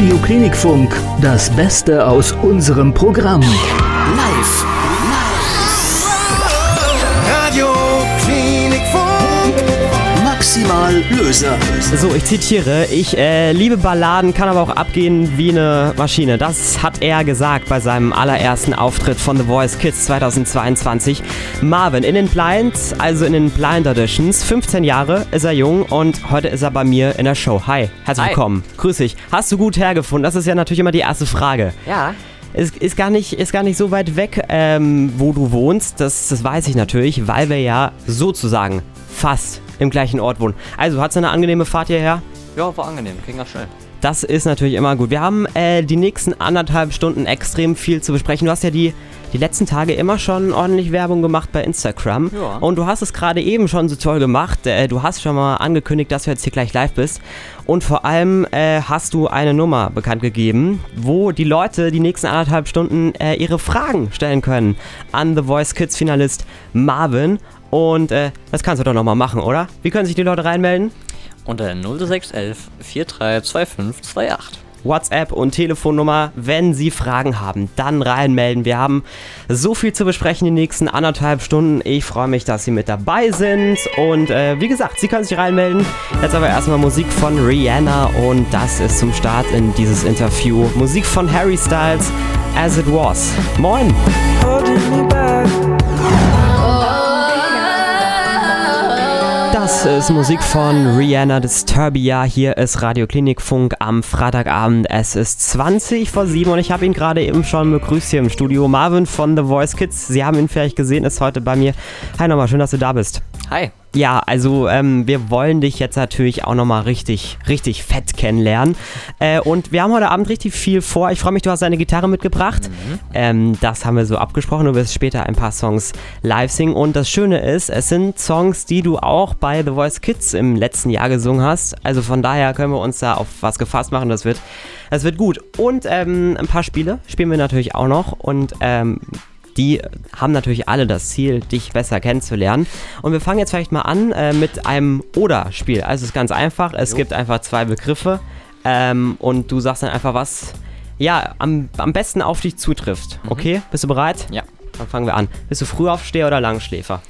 Radio Klinikfunk, das Beste aus unserem Programm. Live. Radio Klinikfunk. Maximal Löser. So, ich zitiere, ich liebe Balladen, kann aber auch abgehen wie eine Maschine. Das hat er gesagt bei seinem allerersten Auftritt von The Voice Kids 2022. Marvin in den Blinds, also in den Blind Auditions. 15 Jahre ist er jung und heute ist er bei mir in der Show. Hi, herzlich willkommen. Grüß dich. Hast du gut hergefunden? Das ist ja natürlich immer die erste Frage. Ja. Ist gar nicht so weit weg, wo du wohnst. Das weiß ich natürlich, weil wir ja sozusagen fast im gleichen Ort wohnen. Also, hattest du eine angenehme Fahrt hierher? Ja, war angenehm. Ging ganz schnell. Das ist natürlich immer gut. Wir haben die nächsten 1,5 Stunden extrem viel zu besprechen. Du hast ja die letzten Tage immer schon ordentlich Werbung gemacht bei Instagram. Ja. Und du hast es gerade eben schon so toll gemacht. Du hast schon mal angekündigt, dass du jetzt hier gleich live bist. Und vor allem hast du eine Nummer bekannt gegeben, wo die Leute die nächsten 1,5 Stunden ihre Fragen stellen können an The Voice Kids Finalist Marvin. Und das kannst du doch nochmal machen, oder? Wie können sich die Leute reinmelden? Unter 0611 432528. WhatsApp und Telefonnummer, wenn Sie Fragen haben, dann reinmelden. Wir haben so viel zu besprechen die nächsten 1,5 Stunden. Ich freue mich, dass Sie mit dabei sind. Und wie gesagt, Sie können sich reinmelden. Jetzt aber erstmal Musik von Rihanna und das ist zum Start in dieses Interview. Musik von Harry Styles, As It Was. Moin! Das ist Musik von Rihanna, Disturbia. Hier ist Radio Klinikfunk am Freitagabend. Es ist 20:07 und ich habe ihn gerade eben schon begrüßt hier im Studio. Marvin von The Voice Kids. Sie haben ihn vielleicht gesehen, ist heute bei mir. Hi nochmal, schön, dass du da bist. Hi. Ja, also wir wollen dich jetzt natürlich auch nochmal richtig fett kennenlernen. Und wir haben heute Abend richtig viel vor. Ich freue mich, du hast deine Gitarre mitgebracht. Das haben wir so abgesprochen. Du wirst später ein paar Songs live singen. Und das Schöne ist, es sind Songs, die du auch bei The Voice Kids im letzten Jahr gesungen hast. Also von daher können wir uns da auf was gefasst machen. Das wird gut. Und ein paar Spiele spielen wir natürlich auch noch. Und die haben natürlich alle das Ziel, dich besser kennenzulernen. Und wir fangen jetzt vielleicht mal an mit einem Oder-Spiel. Also es ist ganz einfach. Es gibt einfach 2 Begriffe und du sagst dann einfach, was am besten auf dich zutrifft. Okay, bist du bereit? Ja. Dann fangen wir an. Bist du Frühaufsteher oder Langschläfer?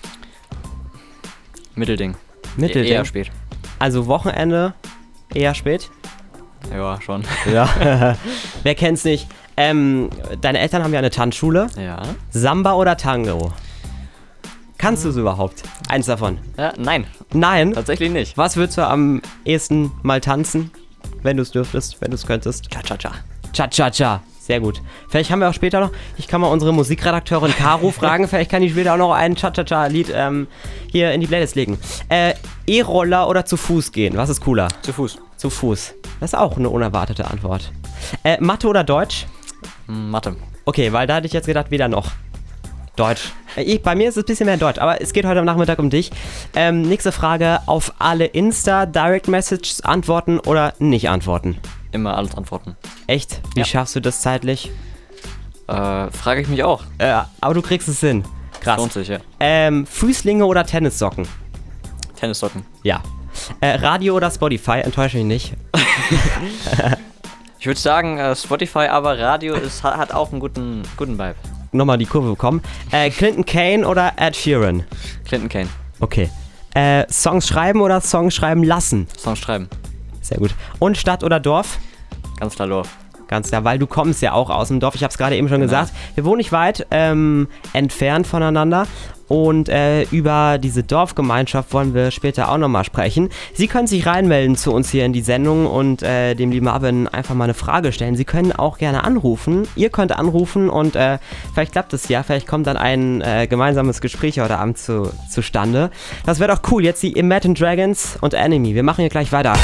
Mittelding. Mittelding? Eher spät. Also Wochenende eher spät? Ja, schon. Ja. Wer kennt's nicht? Deine Eltern haben ja eine Tanzschule. Ja. Samba oder Tango? Kannst du es überhaupt? Eins davon. Nein. Nein? Tatsächlich nicht. Was würdest du am ehesten mal tanzen, wenn du es dürftest, wenn du es könntest? Cha-cha-cha. Cha-cha-cha. Sehr gut. Vielleicht haben wir auch später noch, ich kann mal unsere Musikredakteurin Caro fragen, vielleicht kann die später auch noch ein Cha-cha-cha-Lied hier in die Playlist legen. E-Roller oder zu Fuß gehen? Was ist cooler? Zu Fuß. Zu Fuß. Das ist auch eine unerwartete Antwort. Mathe oder Deutsch? Mathe. Okay, weil da hätte ich jetzt gedacht, weder noch. Deutsch. Bei mir ist es ein bisschen mehr Deutsch, aber es geht heute am Nachmittag um dich. Nächste Frage, auf alle Direct Messages antworten oder nicht antworten? Immer alles antworten. Echt? Wie schaffst du das zeitlich? Frage ich mich auch. Aber du kriegst es hin. Krass. Lohnt sich, ja. Füßlinge oder Tennissocken? Tennissocken. Ja. Radio oder Spotify? Enttäusche mich nicht. Ich würde sagen Spotify, aber Radio hat auch einen guten Vibe. Nochmal die Kurve bekommen. Clinton Kane oder Ed Sheeran? Clinton Kane. Okay. Songs schreiben oder Songs schreiben lassen? Songs schreiben. Sehr gut. Und Stadt oder Dorf? Ganz klar Dorf. Ganz klar, weil du kommst ja auch aus dem Dorf. Ich habe es gerade eben schon gesagt. Wir wohnen nicht weit entfernt voneinander. Und über diese Dorfgemeinschaft wollen wir später auch nochmal sprechen. Sie können sich reinmelden zu uns hier in die Sendung und dem lieben Marvin einfach mal eine Frage stellen. Sie können auch gerne anrufen. Ihr könnt anrufen und vielleicht klappt es ja. Vielleicht kommt dann ein gemeinsames Gespräch heute Abend zustande. Das wäre doch cool. Jetzt die Imagine Dragons und Enemy. Wir machen hier gleich weiter.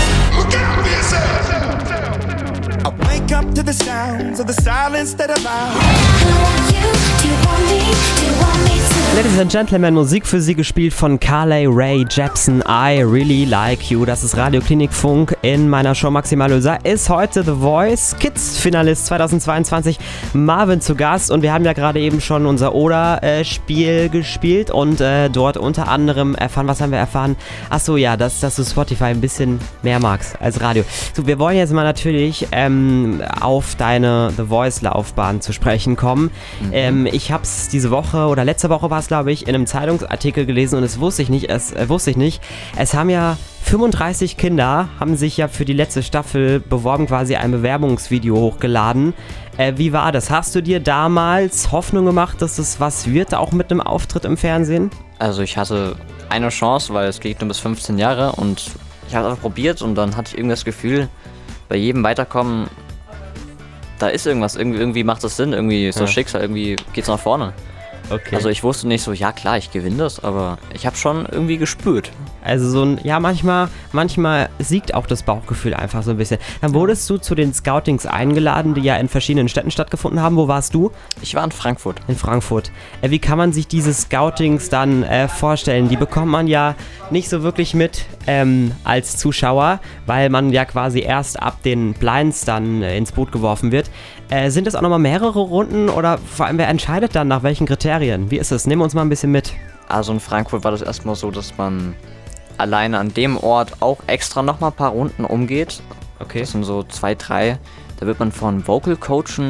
Wake up to the sounds of the silence that allows. I want you, do you want me, do you want me to Ladies and Gentlemen, Musik für Sie gespielt von Carly Rae Jepsen, I Really Like You. Das ist Radio Klinikfunk. In meiner Show Maximal Löser ist heute The Voice Kids Finalist 2022 Marvin zu Gast. Und wir haben ja gerade eben schon unser Oder-Spiel gespielt und dort unter anderem erfahren, was haben wir erfahren? Achso, ja, dass du Spotify ein bisschen mehr magst als Radio. So, wir wollen jetzt mal natürlich auf deine The Voice-Laufbahn zu sprechen kommen. Ich habe es diese Woche oder letzte Woche war es, glaube ich, in einem Zeitungsartikel gelesen und es wusste ich nicht. Es haben ja 35 Kinder, haben sich ja für die letzte Staffel beworben, quasi ein Bewerbungsvideo hochgeladen. Wie war das? Hast du dir damals Hoffnung gemacht, dass es was wird, auch mit einem Auftritt im Fernsehen? Also ich hatte eine Chance, weil es geht nur bis 15 Jahre und ich habe es einfach probiert und dann hatte ich irgendwie das Gefühl, bei jedem Weiterkommen, da ist irgendwas, irgendwie macht es Sinn, irgendwie ist das Schicksal, irgendwie geht's nach vorne. Okay. Also ich wusste nicht so, ja klar, ich gewinne das, aber ich habe schon irgendwie gespürt. Also so ein, ja, manchmal siegt auch das Bauchgefühl einfach so ein bisschen. Dann wurdest du zu den Scoutings eingeladen, die ja in verschiedenen Städten stattgefunden haben. Wo warst du? Ich war in Frankfurt. In Frankfurt. Wie kann man sich diese Scoutings dann vorstellen? Die bekommt man ja nicht so wirklich mit als Zuschauer, weil man ja quasi erst ab den Blinds dann ins Boot geworfen wird. Sind das auch nochmal mehrere Runden oder vor allem wer entscheidet dann nach welchen Kriterien? Wie ist es? Nimm uns mal ein bisschen mit. Also in Frankfurt war das erstmal so, dass man alleine an dem Ort auch extra nochmal ein paar Runden umgeht. Okay. Das sind so 2, 3. Da wird man von Vocal Coaches,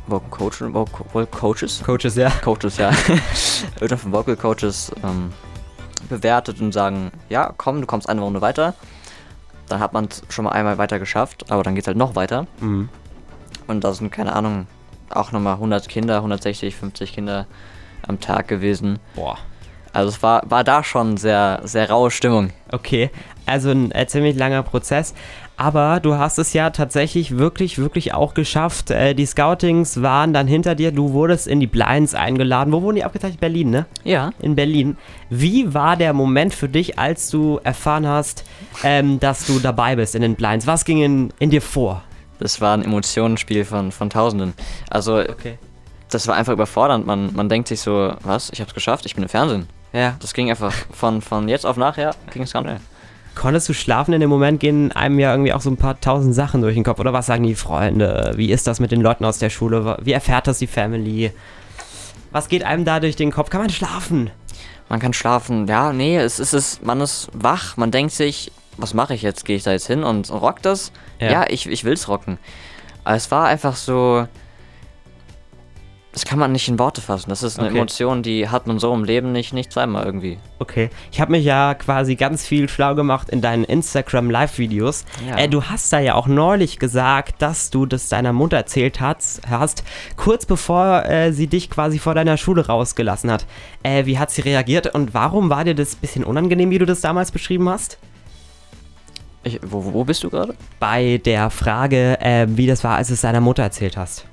ja. wird dann von Vocal Coaches bewertet und sagen, ja komm, du kommst eine Runde weiter. Dann hat man es schon mal einmal weiter geschafft, aber dann geht es halt noch weiter. Mhm. Und da sind, keine Ahnung, auch nochmal 100 Kinder, 160, 50 Kinder am Tag gewesen. Boah. Also es war da schon sehr, sehr raue Stimmung. Okay, also ein ziemlich langer Prozess. Aber du hast es ja tatsächlich wirklich, wirklich auch geschafft. Die Scoutings waren dann hinter dir. Du wurdest in die Blinds eingeladen. Wo wurden die abgezeichnet? Berlin, ne? Ja. In Berlin. Wie war der Moment für dich, als du erfahren hast, dass du dabei bist in den Blinds? Was ging in dir vor? Das war ein Emotionenspiel von Tausenden. Also, Das war einfach überfordernd. Man denkt sich so, was? Ich hab's geschafft, ich bin im Fernsehen. Ja. Das ging einfach von jetzt auf nachher, ging es ganz schnell. Konntest du schlafen in dem Moment? Gehen einem ja irgendwie auch so ein paar tausend Sachen durch den Kopf? Oder was sagen die Freunde? Wie ist das mit den Leuten aus der Schule? Wie erfährt das die Family? Was geht einem da durch den Kopf? Kann man schlafen? Man kann schlafen. Ja, nee, man ist wach. Man denkt sich, was mache ich jetzt? Gehe ich da jetzt hin und rock das? Ja, ich will's rocken. Aber es war einfach so, das kann man nicht in Worte fassen. Das ist eine Emotion, die hat man so im Leben nicht zweimal irgendwie. Okay. Ich habe mich ja quasi ganz viel schlau gemacht in deinen Instagram-Live-Videos. Ja. Du hast da ja auch neulich gesagt, dass du das deiner Mutter erzählt hast, kurz bevor sie dich quasi vor deiner Schule rausgelassen hat. Wie hat sie reagiert und warum war dir das ein bisschen unangenehm, wie du das damals beschrieben hast? Wo bist du gerade? Bei der Frage, wie das war, als du es deiner Mutter erzählt hast.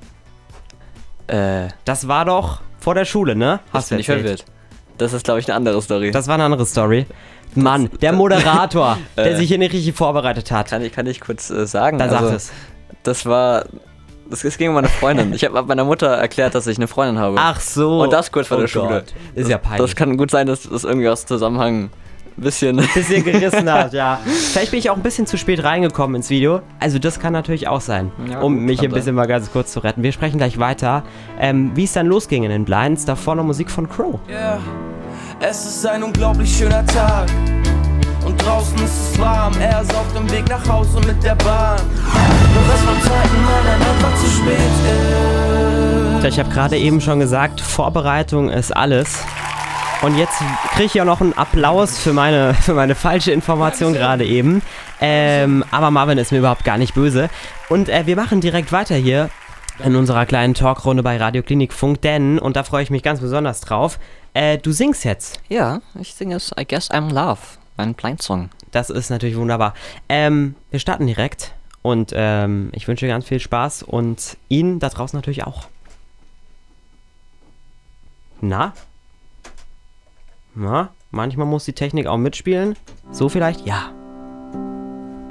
Das war doch vor der Schule, ne? Hast du nicht verwirrt? Das ist, glaube ich, eine andere Story. Das war eine andere Story. Mann, der Moderator, der sich hier nicht richtig vorbereitet hat. Kann ich kurz sagen? Dann sag es. Das ging um meine Freundin. Ich habe meiner Mutter erklärt, dass ich eine Freundin habe. Ach so. Und das kurz vor der Schule. Gott. Ist ja peinlich. Das kann gut sein, dass das irgendwie aus Zusammenhang ein bisschen gerissen hat, ja. Vielleicht bin ich auch ein bisschen zu spät reingekommen ins Video. Also das kann natürlich auch sein, ja, um mich ein bisschen mal ganz kurz zu retten. Wir sprechen gleich weiter, wie es dann losging in den Blinds. Davor noch Musik von Crow. Yeah. Es ist ein unglaublich schöner Tag und draußen ist es warm. Er ist auf dem Weg nach Hause mit der Bahn. Doch es waren Zeiten, weil dann einfach zu spät ist. Ich habe gerade eben schon gesagt, Vorbereitung ist alles. Und jetzt kriege ich ja noch einen Applaus für meine falsche Information gerade eben. Aber Marvin ist mir überhaupt gar nicht böse. Und wir machen direkt weiter hier in unserer kleinen Talkrunde bei Radio Klinikfunk. Denn, und da freue ich mich ganz besonders drauf, du singst jetzt. Ja, ich singe es I Guess I'm in Love, mein Blind-Song. Das ist natürlich wunderbar. Wir starten direkt und ich wünsche dir ganz viel Spaß und Ihnen da draußen natürlich auch. Na, manchmal muss die Technik auch mitspielen. So vielleicht? Ja.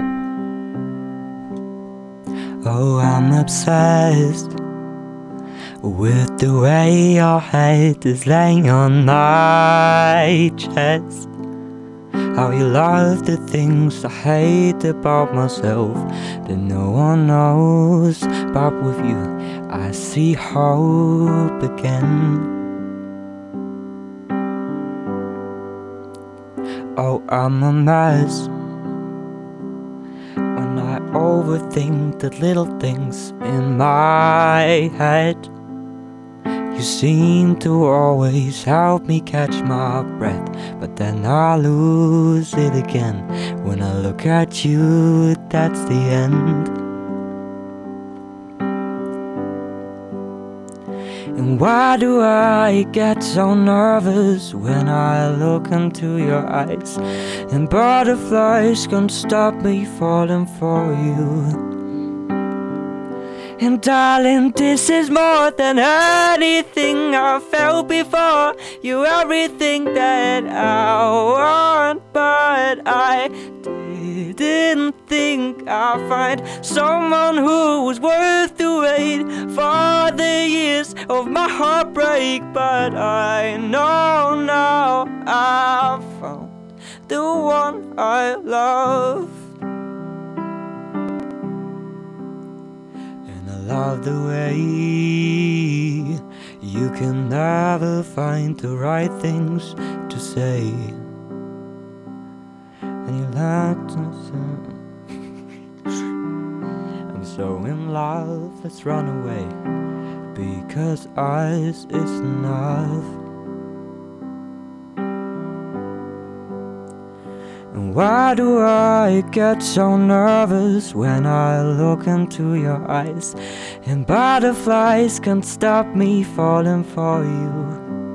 Oh, I'm obsessed with the way your head is laying on my chest. How you love the things I hate about myself that no one knows. But with you, I see hope again. Oh, I'm a mess when I overthink the little things in my head. You seem to always help me catch my breath, but then I lose it again. When I look at you, that's the end. And why do I get so nervous when I look into your eyes? And butterflies can't stop me falling for you. And darling, this is more than anything I felt before. You're everything that I want, but I didn't think I'd find someone who was worth the wait for the years of my heartbreak. But I know now I've found the one I love. Love the way you can never find the right things to say, and you like to say I'm so in love, let's run away, because us is enough. And why do I get so nervous when I look into your eyes? And butterflies can't stop me falling for you.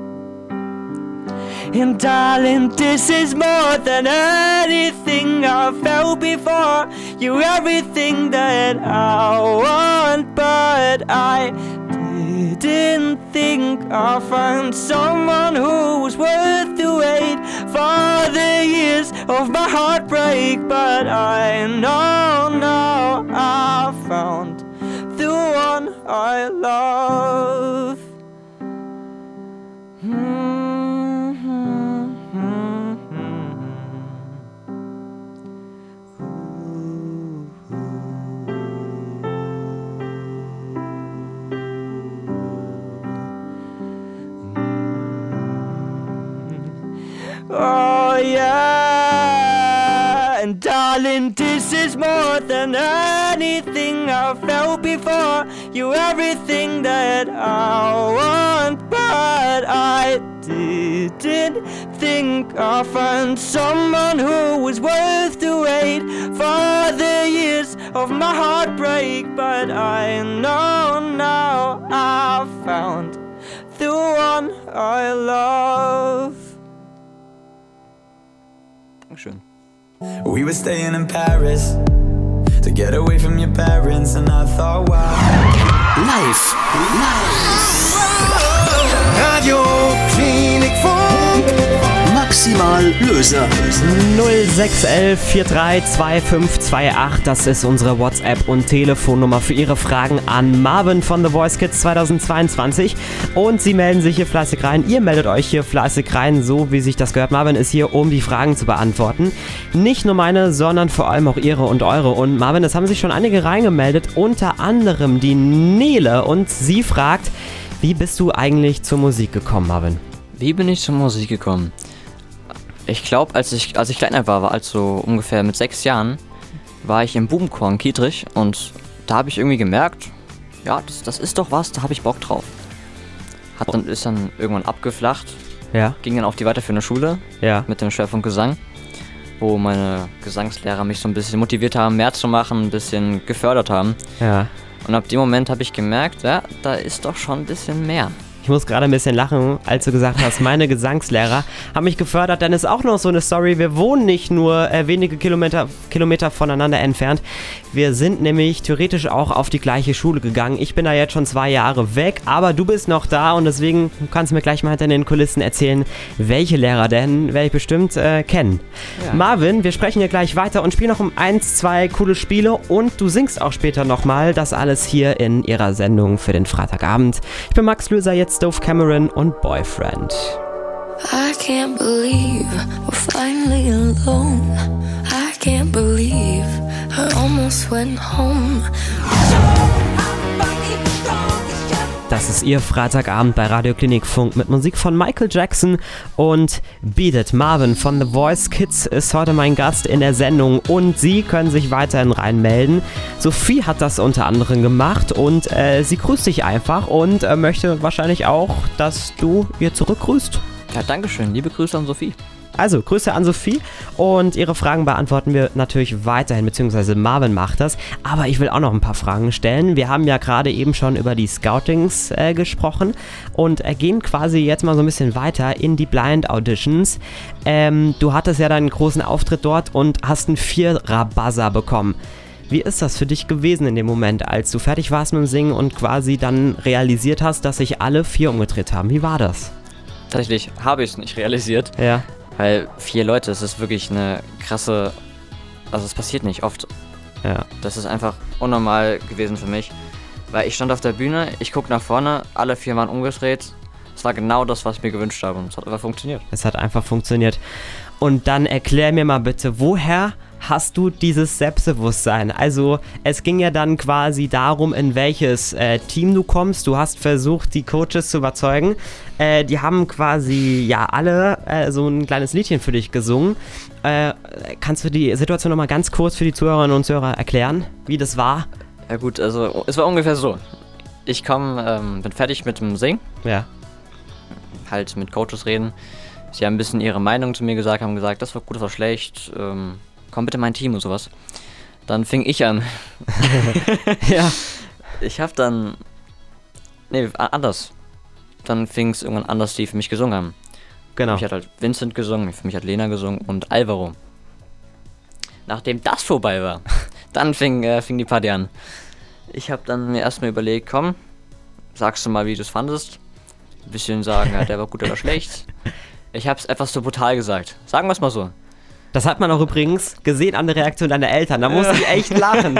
And darling, this is more than anything I felt before. You're everything that I want, but I didn't think I'd find someone who was worth the wait for the years of my heartbreak. But I know now I found the one I love. Oh yeah, and darling, this is more than anything I've felt before. You're everything that I want, but I didn't think I'd find someone who was worth the wait for the years of my heartbreak. But I know now I've found the one I love. Schön. We were staying in Paris to get away from your parents, and I thought, wow. Live. Radio Klinikfunk. Maximal Löser. 0611 432528, das ist unsere WhatsApp- und Telefonnummer für Ihre Fragen an Marvin von The Voice Kids 2022. Und Sie melden sich hier fleißig rein. Ihr meldet euch hier fleißig rein, so wie sich das gehört. Marvin ist hier, um die Fragen zu beantworten. Nicht nur meine, sondern vor allem auch Ihre und eure. Und Marvin, es haben sich schon einige reingemeldet, unter anderem die Nele. Und sie fragt, wie bist du eigentlich zur Musik gekommen, Marvin? Wie bin ich zur Musik gekommen? Ich glaube, als ich kleiner war also ungefähr mit 6 Jahren, war ich im Bubenchor in Kietrich und da habe ich irgendwie gemerkt, ja, das ist doch was, da habe ich Bock drauf. Ist dann irgendwann abgeflacht, Ja. ging dann auf die weiterführende Schule Ja. mit dem Schwerpunkt Gesang, wo meine Gesangslehrer mich so ein bisschen motiviert haben, mehr zu machen, ein bisschen gefördert haben. Ja. Und ab dem Moment habe ich gemerkt, ja, da ist doch schon ein bisschen mehr. Ich muss gerade ein bisschen lachen, als du gesagt hast, meine Gesangslehrer haben mich gefördert, denn es ist auch noch so eine Story, wir wohnen nicht nur wenige Kilometer voneinander entfernt, wir sind nämlich theoretisch auch auf die gleiche Schule gegangen. Ich bin da jetzt schon 2 Jahre weg, aber du bist noch da und deswegen kannst du mir gleich mal hinter den Kulissen erzählen, welche Lehrer denn werde ich bestimmt kennen. Ja. Marvin, wir sprechen hier gleich weiter und spielen noch um 1, 2 coole Spiele und du singst auch später nochmal, das alles hier in ihrer Sendung für den Freitagabend. Ich bin Max Löser, jetzt Dove Cameron und Boyfriend. I can't believe we're finally alone. I can't believe I almost went home. Das ist ihr Freitagabend bei Radio Klinikfunk mit Musik von Michael Jackson und Beat It. Marvin von The Voice Kids ist heute mein Gast in der Sendung und Sie können sich weiterhin reinmelden. Sophie hat das unter anderem gemacht und sie grüßt dich einfach und möchte wahrscheinlich auch, dass du ihr zurückgrüßt. Ja, dankeschön. Liebe Grüße an Sophie. Also, Grüße an Sophie und ihre Fragen beantworten wir natürlich weiterhin, beziehungsweise Marvin macht das. Aber ich will auch noch ein paar Fragen stellen. Wir haben ja gerade eben schon über die Scoutings gesprochen und gehen quasi jetzt mal so ein bisschen weiter in die Blind Auditions. Du hattest ja deinen großen Auftritt dort und hast einen 4er-Buzzer bekommen. Wie ist das für dich gewesen in dem Moment, als du fertig warst mit dem Singen und quasi dann realisiert hast, dass sich alle 4 umgedreht haben? Wie war das? Tatsächlich habe ich es nicht realisiert. Ja. Weil 4 Leute, das ist wirklich eine krasse, also es passiert nicht oft. Ja. Das ist einfach unnormal gewesen für mich. Weil ich stand auf der Bühne, ich gucke nach vorne, alle 4 waren umgedreht. Es war genau das, was ich mir gewünscht habe und es hat einfach funktioniert. Es hat einfach funktioniert. Und dann erklär mir mal bitte, woher hast du dieses Selbstbewusstsein? Also es ging ja dann quasi darum, in welches Team du kommst. Du hast versucht, die Coaches zu überzeugen. Die haben quasi ja alle so ein kleines Liedchen für dich gesungen. Kannst du die Situation nochmal ganz kurz für die Zuhörerinnen und Zuhörer erklären, wie das war? Ja gut, also es war ungefähr so. Ich bin fertig mit dem Singen. Ja. Halt mit Coaches reden. Sie haben ein bisschen ihre Meinung zu mir gesagt, haben gesagt, das war gut, das war schlecht. Komm bitte in mein Team und sowas. Dann fing ich an. Ja. Ich hab dann... Nee, anders. Dann fing es irgendwann anders, die für mich gesungen haben. Genau. Für mich hat halt Vincent gesungen, für mich hat Lena gesungen und Alvaro. Nachdem das vorbei war, dann fing die Party an. Ich hab dann mir erstmal überlegt, komm, sagst du mal, wie du es fandest. Ein bisschen sagen, ja, der war gut oder schlecht. Ich hab's etwas so brutal gesagt. Sagen wir es mal so. Das hat man auch übrigens gesehen an der Reaktion deiner Eltern. Da musste ich echt lachen.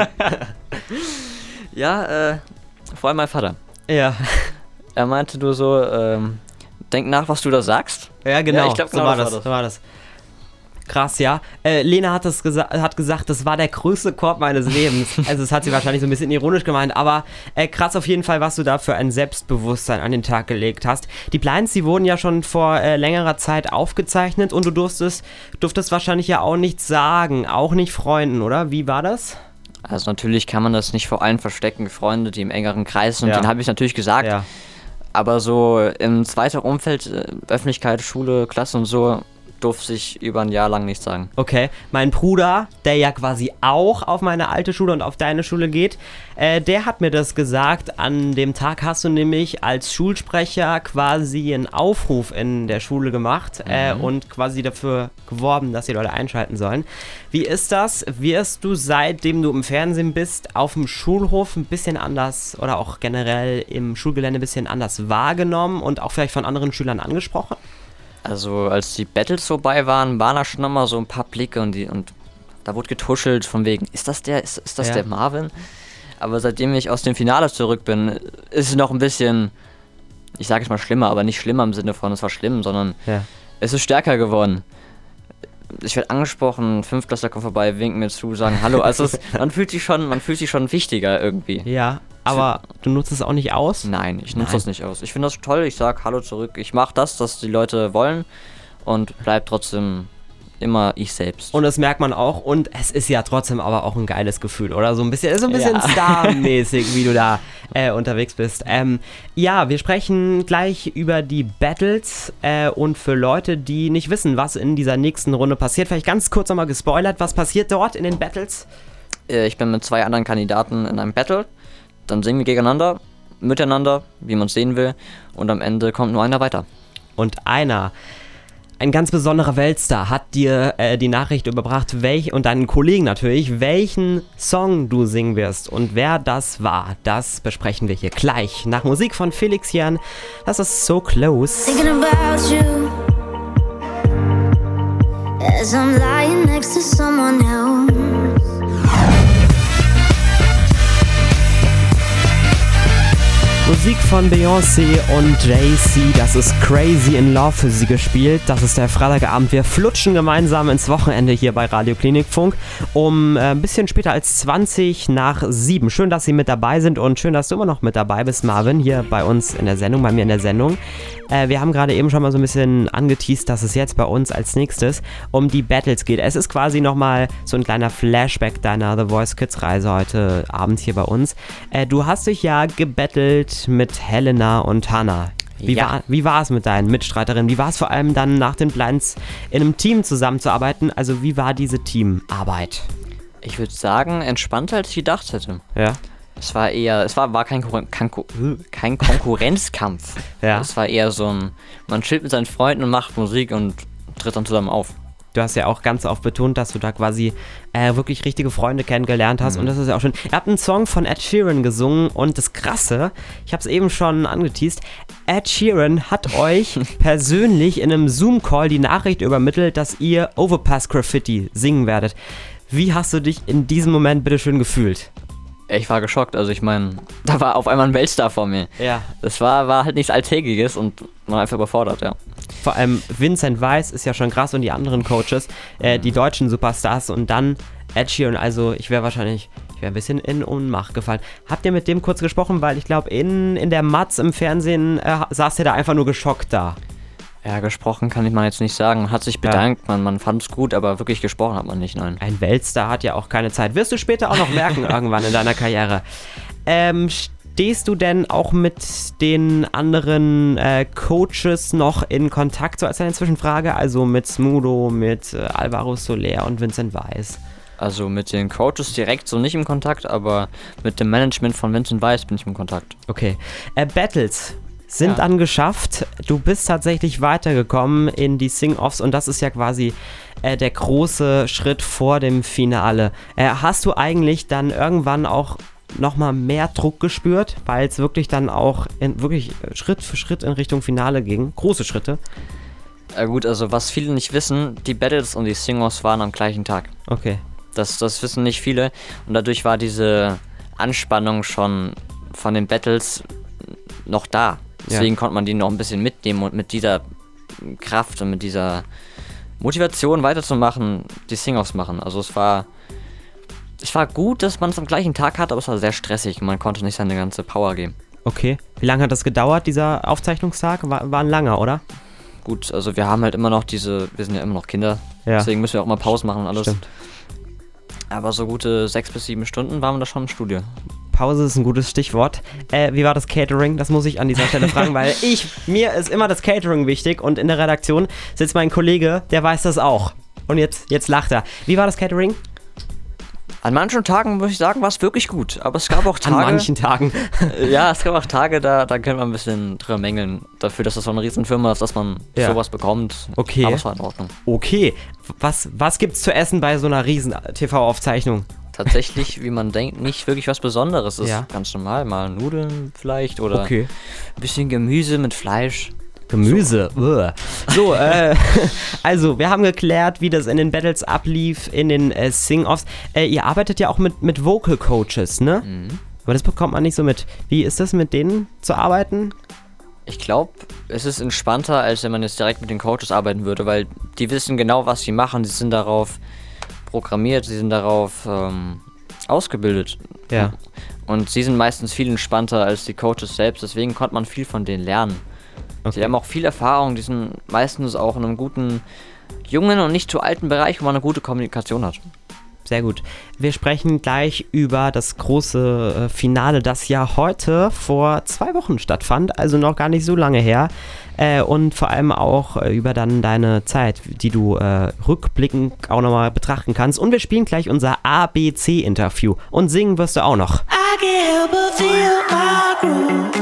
Ja, vor allem mein Vater. Ja. Er meinte nur so, denk nach, was du da sagst. Ja, genau. Ja, ich glaub, genau so war das. Krass, ja. Lena hat gesagt, das war der größte Korb meines Lebens. Also das hat sie wahrscheinlich so ein bisschen ironisch gemeint, aber krass auf jeden Fall, was du da für ein Selbstbewusstsein an den Tag gelegt hast. Die Blinds, die wurden ja schon vor längerer Zeit aufgezeichnet und du durftest wahrscheinlich ja auch nichts sagen, auch nicht Freunden, oder? Wie war das? Also natürlich kann man das nicht vor allen verstecken, Freunde, die im engeren Kreis sind, den habe ich natürlich gesagt. Ja. Aber so im zweiten Umfeld, Öffentlichkeit, Schule, Klasse und so, durfte ich über ein Jahr lang nichts sagen. Okay, mein Bruder, der ja quasi auch auf meine alte Schule und auf deine Schule geht, der hat mir das gesagt. An dem Tag hast du nämlich als Schulsprecher quasi einen Aufruf in der Schule gemacht und quasi dafür geworben, dass die Leute einschalten sollen. Wie ist das? Wirst du, seitdem du im Fernsehen bist, auf dem Schulhof ein bisschen anders oder auch generell im Schulgelände ein bisschen anders wahrgenommen und auch vielleicht von anderen Schülern angesprochen? Also als die Battles vorbei waren da schon immer so ein paar Blicke und da wurde getuschelt von wegen, ist das der Marvin? Aber seitdem ich aus dem Finale zurück bin, ist es noch ein bisschen, ich sage es mal schlimmer, aber nicht schlimmer im Sinne von, es war schlimm, sondern es ist stärker geworden. Ich werde angesprochen, 5-Klassler kommen vorbei, winken mir zu, sagen Hallo. Also man fühlt sich schon wichtiger irgendwie. Ja, aber du nutzt es auch nicht aus? Nein, ich nutze das nicht aus. Ich finde das toll, ich sage Hallo zurück. Ich mache das die Leute wollen und bleib trotzdem immer ich selbst. Und das merkt man auch und es ist ja trotzdem aber auch ein geiles Gefühl, oder? So ein bisschen Star-mäßig, wie du da unterwegs bist. Ja, wir sprechen gleich über die Battles und für Leute, die nicht wissen, was in dieser nächsten Runde passiert, vielleicht ganz kurz nochmal gespoilert, was passiert dort in den Battles? Ich bin mit 2 anderen Kandidaten in einem Battle, dann singen wir gegeneinander. miteinander, wie man es sehen will. Und am Ende kommt nur einer weiter. Und ein ganz besonderer Weltstar hat dir die Nachricht überbracht, und deinen Kollegen natürlich, welchen Song du singen wirst. Und wer das war, das besprechen wir hier gleich. Nach Musik von Felix Jan, das ist So Close. Thinking about you as I'm lying next to someone else. Musik von Beyoncé und Jay-Z, das ist Crazy in Love für sie gespielt. Das ist der Freitagabend. Wir flutschen gemeinsam ins Wochenende hier bei Radio Klinikfunk um ein bisschen später als 7:20. Schön, dass Sie mit dabei sind und schön, dass du immer noch mit dabei bist, Marvin, hier bei uns in der Sendung, bei mir in der Sendung. Wir haben gerade eben schon mal so ein bisschen angeteast, dass es jetzt bei uns als nächstes um die Battles geht. Es ist quasi nochmal so ein kleiner Flashback deiner The Voice Kids Reise heute Abend hier bei uns. Du hast dich ja gebettelt mit Helena und Hannah. Wie war es mit deinen Mitstreiterinnen? Wie war es vor allem dann nach den Blinds in einem Team zusammenzuarbeiten? Also wie war diese Teamarbeit? Ich würde sagen, entspannter als ich gedacht hätte. Ja. Es war kein Konkurrenzkampf. Ja. Es war eher so man chillt mit seinen Freunden und macht Musik und tritt dann zusammen auf. Du hast ja auch ganz oft betont, dass du da quasi wirklich richtige Freunde kennengelernt hast und das ist ja auch schön. Ihr habt einen Song von Ed Sheeran gesungen und das Krasse, ich habe es eben schon angeteast, Ed Sheeran hat euch persönlich in einem Zoom-Call die Nachricht übermittelt, dass ihr Overpass Graffiti singen werdet. Wie hast du dich in diesem Moment bitteschön gefühlt? Ich war geschockt, also ich meine, da war auf einmal ein Weltstar vor mir. Ja. Das war halt nichts Alltägiges und man war einfach überfordert, ja. Vor allem Vincent Weiss ist ja schon krass und die anderen Coaches, die deutschen Superstars und dann Ed Sheeran, also ich wäre ein bisschen in Ohnmacht gefallen. Habt ihr mit dem kurz gesprochen, weil ich glaube in der Matz im Fernsehen saß der da einfach nur geschockt da. Ja, gesprochen kann ich mal jetzt nicht sagen. Man hat sich bedankt, ja. man fand es gut, aber wirklich gesprochen hat man nicht, nein. Ein Weltstar hat ja auch keine Zeit. Wirst du später auch noch merken irgendwann in deiner Karriere. Stehst du denn auch mit den anderen Coaches noch in Kontakt, so als eine Zwischenfrage? Also mit Smudo, mit Alvaro Soler und Vincent Weiss? Also mit den Coaches direkt so nicht im Kontakt, aber mit dem Management von Vincent Weiss bin ich im Kontakt. Okay. Battles sind dann geschafft. Du bist tatsächlich weitergekommen in die Sing-Offs und das ist ja quasi der große Schritt vor dem Finale. Hast du eigentlich dann irgendwann auch nochmal mehr Druck gespürt, weil es wirklich dann auch wirklich Schritt für Schritt in Richtung Finale ging? Große Schritte. Gut, also was viele nicht wissen, die Battles und die Sing-Offs waren am gleichen Tag. Okay. Das wissen nicht viele und dadurch war diese Anspannung schon von den Battles noch da. Deswegen konnte man die noch ein bisschen mitnehmen und mit dieser Kraft und mit dieser Motivation weiterzumachen, die Sing-Offs machen. Also es war gut, dass man es am gleichen Tag hat, aber es war sehr stressig und man konnte nicht seine ganze Power geben. Okay. Wie lange hat das gedauert, dieser Aufzeichnungstag? War ein langer, oder? Gut, also wir haben halt immer noch wir sind ja immer noch Kinder, deswegen müssen wir auch immer Pause machen und alles. Stimmt. Aber so gute 6 bis 7 Stunden waren wir da schon im Studio. Pause ist ein gutes Stichwort. Wie war das Catering? Das muss ich an dieser Stelle fragen, weil mir ist immer das Catering wichtig und in der Redaktion sitzt mein Kollege, der weiß das auch. Und jetzt lacht er. Wie war das Catering? An manchen Tagen, muss ich sagen, war es wirklich gut. Aber es gab auch Tage... An manchen Tagen? Ja, es gab auch Tage, da können wir ein bisschen drüber mängeln. Dafür, dass das so eine Riesenfirma ist, dass man sowas bekommt. Okay. Aber es war in Ordnung. Okay. Was gibt's zu essen bei so einer riesen TV-Aufzeichnung? Tatsächlich, wie man denkt, nicht wirklich was Besonderes. Es ist ganz normal, mal Nudeln vielleicht oder ein bisschen Gemüse mit Fleisch. Gemüse. So, also wir haben geklärt, wie das in den Battles ablief, in den Sing-Offs. Ihr arbeitet ja auch mit Vocal Coaches, ne? Mhm. Aber das bekommt man nicht so mit. Wie ist das, mit denen zu arbeiten? Ich glaube, es ist entspannter, als wenn man jetzt direkt mit den Coaches arbeiten würde, weil die wissen genau, was sie machen. Sie sind darauf programmiert, sie sind darauf ausgebildet. Ja. Und sie sind meistens viel entspannter als die Coaches selbst, deswegen konnte man viel von denen lernen. Okay. Sie haben auch viel Erfahrung, die sind meistens auch in einem guten, jungen und nicht zu alten Bereich, wo man eine gute Kommunikation hat. Sehr gut. Wir sprechen gleich über das große Finale, das ja heute vor 2 Wochen stattfand, also noch gar nicht so lange her. Und vor allem auch über dann deine Zeit, die du rückblickend auch nochmal betrachten kannst. Und wir spielen gleich unser ABC-Interview. Und singen wirst du auch noch. I can't help but feel my groove.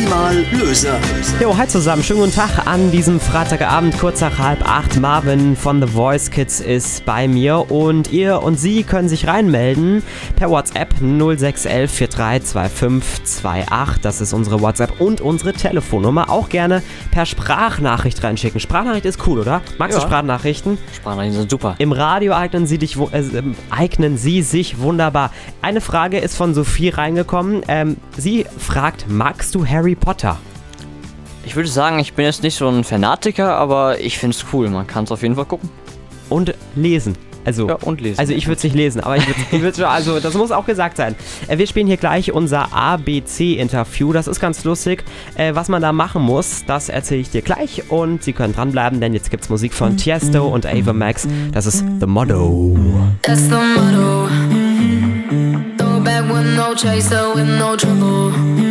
Maximal Löser. Jo, hi zusammen, schönen guten Tag an diesem Freitagabend, kurz nach 7:30. Marvin von The Voice Kids ist bei mir und ihr und sie können sich reinmelden per WhatsApp 0611 432528. Das ist unsere WhatsApp und unsere Telefonnummer. Auch gerne per Sprachnachricht reinschicken. Sprachnachricht ist cool, oder? Magst du Sprachnachrichten? Sprachnachrichten sind super. Im Radio eignen sie sich wunderbar. Eine Frage ist von Sophie reingekommen. Sie fragt, magst du Harry Potter? Ich würde sagen, ich bin jetzt nicht so ein Fanatiker, aber ich finde es cool. Man kann es auf jeden Fall gucken. Und lesen. Und lesen. Also ich würde es nicht lesen, aber ich würde schon, also das muss auch gesagt sein. Wir spielen hier gleich unser ABC-Interview. Das ist ganz lustig. Was man da machen muss, das erzähle ich dir gleich. Und Sie können dranbleiben, denn jetzt gibt's Musik von Tiesto und Ava Max. Das ist The Motto. That's the motto. Throw back with no chaser, with no trouble.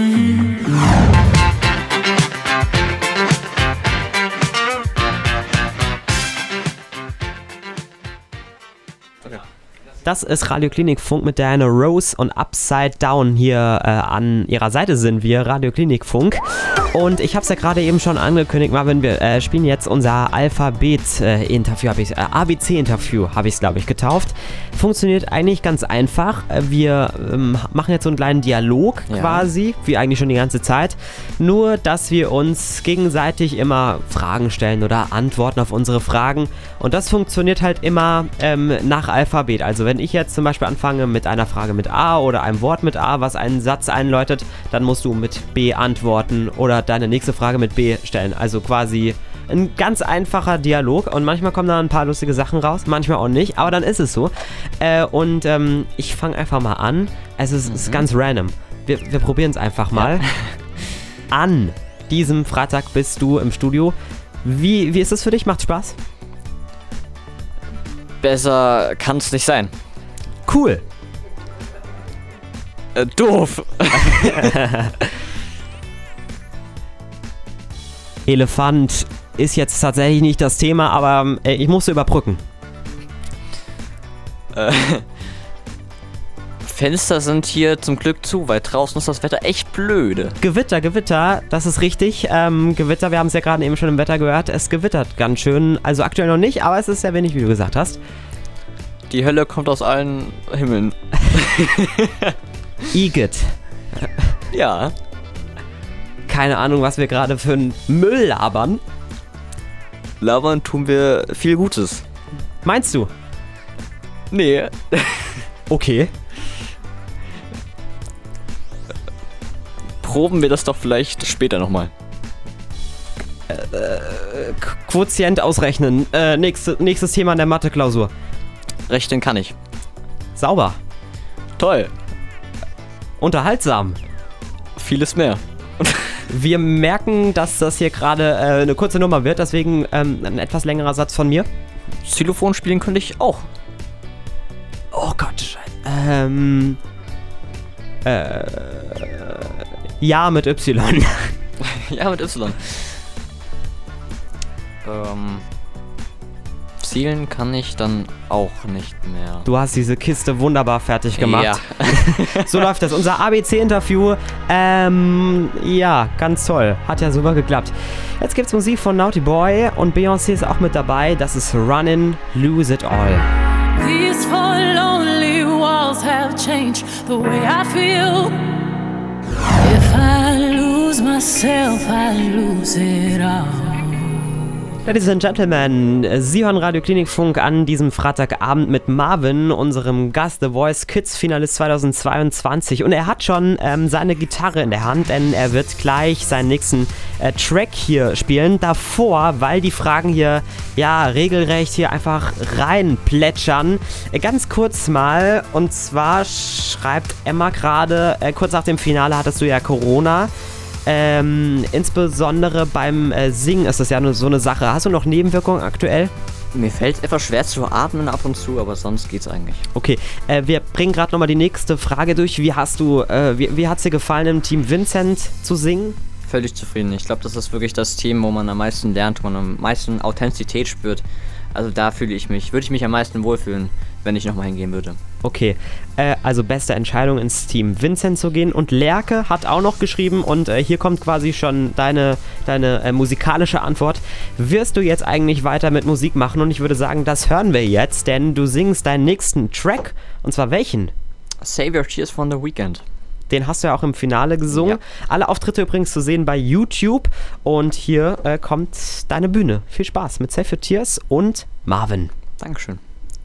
Das ist Radio Klinik Funk mit Diana Rose und Upside Down. Hier an ihrer Seite sind wir, Radio Klinik Funk. Und ich habe es ja gerade eben schon angekündigt, Marvin, wir spielen jetzt unser Alphabet-Interview, ABC-Interview habe ich es, glaube ich, getauft. Funktioniert eigentlich ganz einfach. Wir machen jetzt so einen kleinen Dialog quasi, wie eigentlich schon die ganze Zeit. Nur, dass wir uns gegenseitig immer Fragen stellen oder antworten auf unsere Fragen. Und das funktioniert halt immer nach Alphabet. Also wenn ich jetzt zum Beispiel anfange mit einer Frage mit A oder einem Wort mit A, was einen Satz einläutet, dann musst du mit B antworten oder deine nächste Frage mit B stellen. Also quasi ein ganz einfacher Dialog und manchmal kommen da ein paar lustige Sachen raus, manchmal auch nicht, aber dann ist es so. Ich fange einfach mal an. Es ist ganz random. Wir probieren es einfach mal. An diesem Freitag bist du im Studio. Wie ist es für dich? Macht Spaß? Besser kann es nicht sein. Cool. Doof. Elefant ist jetzt tatsächlich nicht das Thema, aber ich musste überbrücken. Fenster sind hier zum Glück zu, weil draußen ist das Wetter echt blöde. Gewitter, das ist richtig. Gewitter, wir haben es ja gerade eben schon im Wetter gehört, es gewittert ganz schön. Also aktuell noch nicht, aber es ist sehr wenig, wie du gesagt hast. Die Hölle kommt aus allen Himmeln. Igitt. Ja. Keine Ahnung, was wir gerade für einen Müll labern. Labern tun wir viel Gutes. Meinst du? Nee. Okay. Proben wir das doch vielleicht später nochmal. Quotient ausrechnen. Nächstes Thema in der Mathe-Klausur. Rechnen kann ich. Sauber. Toll. Unterhaltsam. Vieles mehr. Wir merken, dass das hier gerade eine kurze Nummer wird, deswegen ein etwas längerer Satz von mir. Xylophon spielen könnte ich auch. Oh Gott. Ja mit Y. Ja mit Y. Zielen kann ich dann auch nicht mehr. Du hast diese Kiste wunderbar fertig gemacht. Ja. So läuft das. Unser ABC-Interview. Ja, ganz toll. Hat ja super geklappt. Jetzt gibt's Musik von Naughty Boy und Beyoncé ist auch mit dabei. Das ist Runnin', Lose It All. These four lonely walls have changed the way I feel. If I lose myself, I lose it all. Ladies and Gentlemen, Sie hören Radio Klinik Funk an diesem Freitagabend mit Marvin, unserem Gast, The Voice Kids Finalist 2022. Und er hat schon seine Gitarre in der Hand, denn er wird gleich seinen nächsten Track hier spielen. Davor, weil die Fragen hier ja regelrecht hier einfach reinplätschern. Ganz kurz mal, und zwar schreibt Emma gerade, kurz nach dem Finale hattest du ja Corona. Insbesondere beim Singen ist das ja nur so eine Sache. Hast du noch Nebenwirkungen aktuell? Mir fällt es etwas schwer zu atmen ab und zu, aber sonst geht's eigentlich. Okay, wir bringen gerade nochmal die nächste Frage durch. Wie hat's dir gefallen, im Team Vincent zu singen? völlig zufrieden. Ich glaube, das ist wirklich das Team, wo man am meisten lernt, wo man am meisten Authentizität spürt. Also da würde ich mich am meisten wohlfühlen, wenn ich nochmal hingehen würde. Okay, also beste Entscheidung ins Team Vincent zu gehen. Und Lerke hat auch noch geschrieben und hier kommt quasi schon deine musikalische Antwort. Wirst du jetzt eigentlich weiter mit Musik machen? Und ich würde sagen, das hören wir jetzt, denn du singst deinen nächsten Track. Und zwar welchen? Save Your Tears von The Weeknd. Den hast du ja auch im Finale gesungen. Ja. Alle Auftritte übrigens zu sehen bei YouTube. Und hier kommt deine Bühne. Viel Spaß mit Save Your Tears und Marvin. Dankeschön.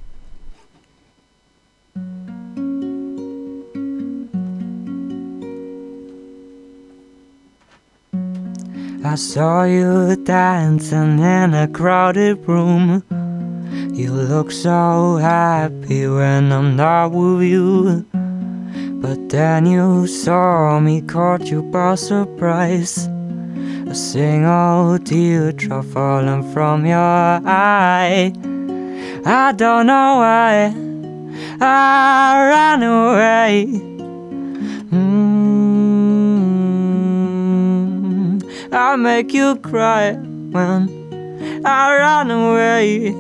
I saw you dancing in a crowded room. You look so happy when I'm not with you. But then you saw me, caught you by surprise. A single teardrop falling from your eye. I don't know why I ran away. I make you cry when I run away.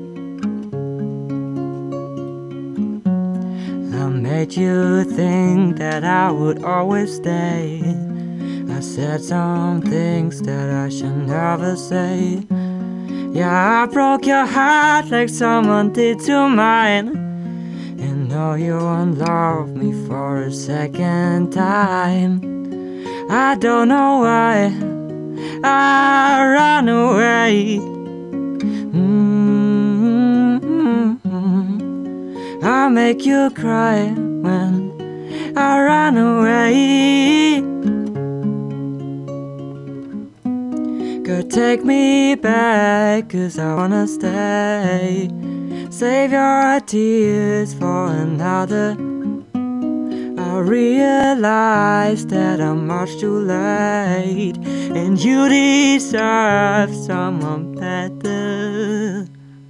I made you think that I would always stay. I said some things that I should never say. Yeah, I broke your heart like someone did to mine. And now you won't love me for a second time. I don't know why I ran away. I make you cry when I run away. Girl, take me back, 'cause I wanna stay. Save your tears for another. I realize that I'm much too late, and you deserve someone better.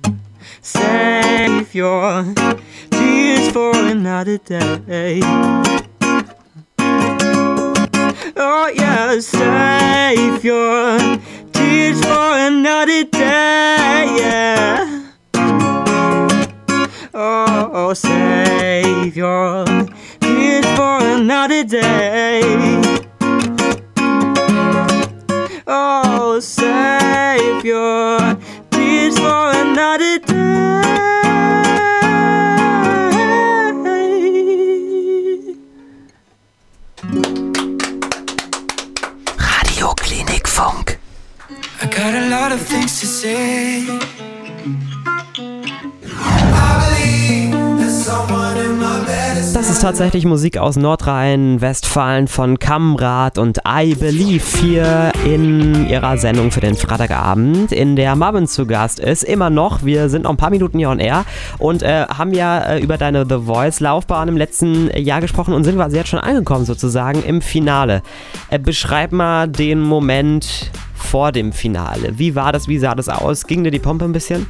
Save your tears for another day. Oh yeah, save your tears for another day, yeah. Oh, save your tears for another day. Oh, save your tears for another day. Radio Klinikfunk. I got a lot of things to say. Das ist tatsächlich Musik aus Nordrhein-Westfalen von Kamrat und I Believe hier in ihrer Sendung für den Freitagabend, in der Marvin zu Gast ist. Immer noch, wir sind noch ein paar Minuten hier on air und haben ja über deine The Voice-Laufbahn im letzten Jahr gesprochen und sind quasi jetzt schon angekommen sozusagen im Finale. Beschreib mal den Moment vor dem Finale. Wie war das, wie sah das aus? Ging dir die Pompe ein bisschen?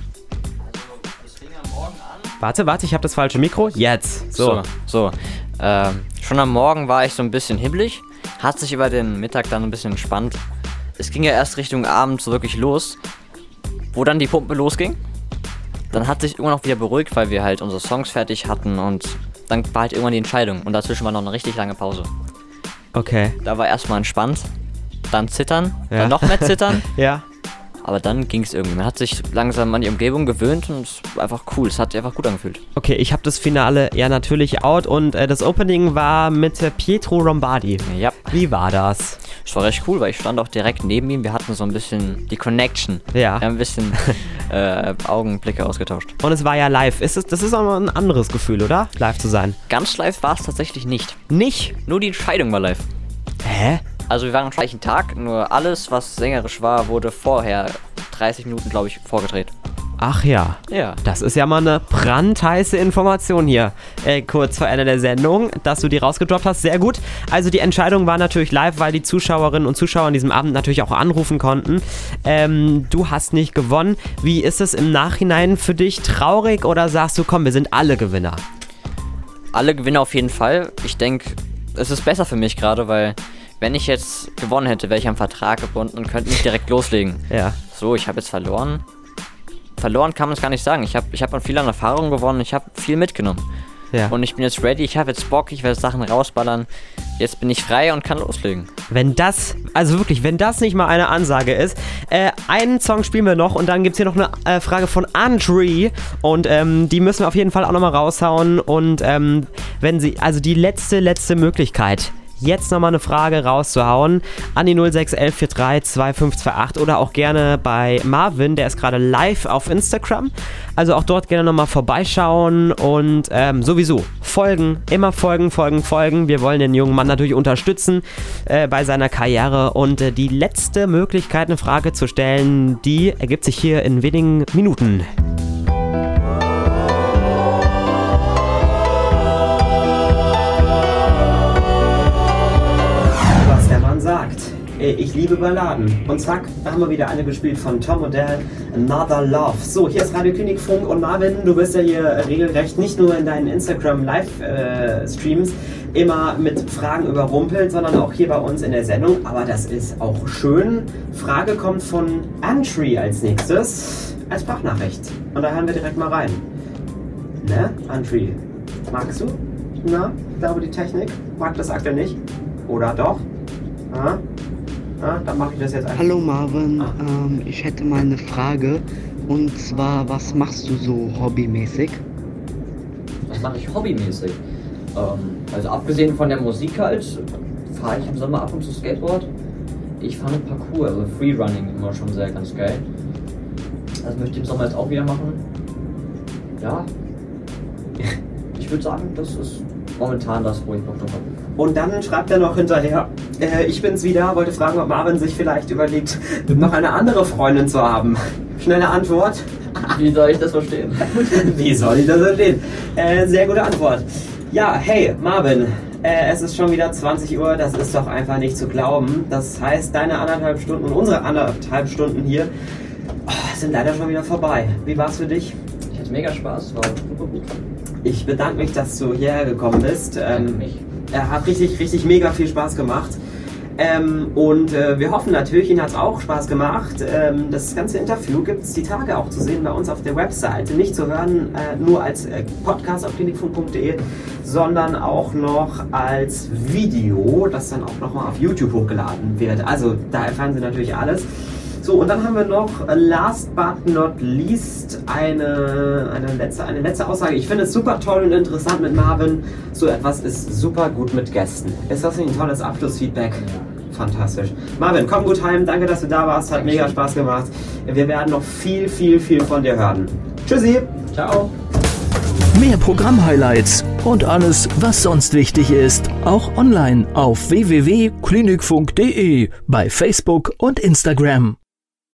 Warte, ich habe das falsche Mikro. Jetzt. So. Schon am Morgen war ich so ein bisschen hibbelig, hat sich über den Mittag dann ein bisschen entspannt. Es ging ja erst Richtung Abend so wirklich los, wo dann die Pumpe losging. Dann hat sich irgendwann auch wieder beruhigt, weil wir halt unsere Songs fertig hatten und dann war halt irgendwann die Entscheidung und dazwischen war noch eine richtig lange Pause. Okay. Da war erstmal entspannt, dann zittern, dann noch mehr zittern. Ja. Aber dann ging es irgendwie. Man hat sich langsam an die Umgebung gewöhnt und es war einfach cool. Es hat sich einfach gut angefühlt. Okay, ich habe das Finale ja natürlich out und das Opening war mit Pietro Lombardi. Ja. Wie war das? Es war recht cool, weil ich stand auch direkt neben ihm. Wir hatten so ein bisschen die Connection. Ja. Wir haben ein bisschen Augenblicke ausgetauscht. Und es war ja live. Das ist auch noch ein anderes Gefühl, oder? Live zu sein. Ganz live war es tatsächlich nicht. Nicht? Nur die Entscheidung war live. Hä? Also wir waren am gleichen Tag, nur alles, was sängerisch war, wurde vorher 30 Minuten, glaube ich, vorgedreht. Ach ja. Ja. Das ist ja mal eine brandheiße Information hier. Kurz vor Ende der Sendung, dass du die rausgedroppt hast. Sehr gut. Also die Entscheidung war natürlich live, weil die Zuschauerinnen und Zuschauer an diesem Abend natürlich auch anrufen konnten. Du hast nicht gewonnen. Wie ist es im Nachhinein für dich? Traurig oder sagst du, komm, wir sind alle Gewinner? Alle Gewinner auf jeden Fall. Ich denke, es ist besser für mich gerade, weil wenn ich jetzt gewonnen hätte, wäre ich am Vertrag gebunden und könnte nicht direkt loslegen. Ja. So, ich habe jetzt verloren. Verloren kann man es gar nicht sagen. Ich hab an viel an Erfahrung gewonnen, ich habe viel mitgenommen. Ja. Und ich bin jetzt ready, ich habe jetzt Bock, ich werde Sachen rausballern. Jetzt bin ich frei und kann loslegen. Wenn das nicht mal eine Ansage ist. Einen Song spielen wir noch und dann gibt es hier noch eine Frage von Andre. Und die müssen wir auf jeden Fall auch nochmal raushauen. Und wenn sie, also die letzte Möglichkeit, jetzt nochmal eine Frage rauszuhauen an die 0611432528 oder auch gerne bei Marvin, der ist gerade live auf Instagram. Also auch dort gerne nochmal vorbeischauen und sowieso folgen, immer folgen. Wir wollen den jungen Mann natürlich unterstützen bei seiner Karriere und die letzte Möglichkeit, eine Frage zu stellen, die ergibt sich hier in wenigen Minuten. Sagt, ich liebe Balladen. Und zack, da haben wir wieder eine gespielt von Tom Odell, Another Love. So, hier ist Radio Klinik Funk und Marvin, du bist ja hier regelrecht nicht nur in deinen Instagram Live-Streams immer mit Fragen überrumpelt, sondern auch hier bei uns in der Sendung. Aber das ist auch schön. Frage kommt von Antri als nächstes, als Sprachnachricht. Und da hören wir direkt mal rein. Ne, Antri? Magst du? Na, ich glaube die Technik mag das aktuell nicht. Oder doch? Dann mache ich das jetzt einfach. Hallo Marvin, ich hätte mal eine Frage und zwar, was machst du so hobbymäßig? Was mache ich hobbymäßig? Also abgesehen von der Musik halt, fahre ich im Sommer ab und zu Skateboard. Ich fahre Parkour, also Freerunning immer schon sehr ganz geil. Das möchte ich im Sommer jetzt auch wieder machen. Ja, ich würde sagen, das ist momentan das, wo ich noch drauf habe. Und dann schreibt er noch hinterher, ich bin's wieder, wollte fragen, ob Marvin sich vielleicht überlegt, noch eine andere Freundin zu haben. Schnelle Antwort. Wie soll ich das verstehen? Wie soll ich das verstehen? Sehr gute Antwort. Ja, hey Marvin, es ist schon wieder 20 Uhr, das ist doch einfach nicht zu glauben. Das heißt, deine 1,5 Stunden und unsere 1,5 Stunden hier sind leider schon wieder vorbei. Wie war's für dich? Ich hatte mega Spaß, war super gut. Ich bedanke mich, dass du hierher gekommen bist. Hat richtig mega viel Spaß gemacht. Und wir hoffen natürlich, Ihnen hat es auch Spaß gemacht. Das ganze Interview gibt es die Tage auch zu sehen bei uns auf der Webseite. Nicht zu hören nur als Podcast auf klinikfunk.de, sondern auch noch als Video, das dann auch nochmal auf YouTube hochgeladen wird. Also da erfahren Sie natürlich alles. So, und dann haben wir noch, last but not least, eine letzte Aussage. Ich finde es super toll und interessant mit Marvin. So etwas ist super gut mit Gästen. Ist das nicht ein tolles Abschlussfeedback? Ja. Fantastisch. Marvin, komm gut heim. Danke, dass du da warst. Hat mega Spaß gemacht. Wir werden noch viel von dir hören. Tschüssi. Ciao. Mehr Programm-Highlights und alles, was sonst wichtig ist, auch online auf www.klinikfunk.de, bei Facebook und Instagram.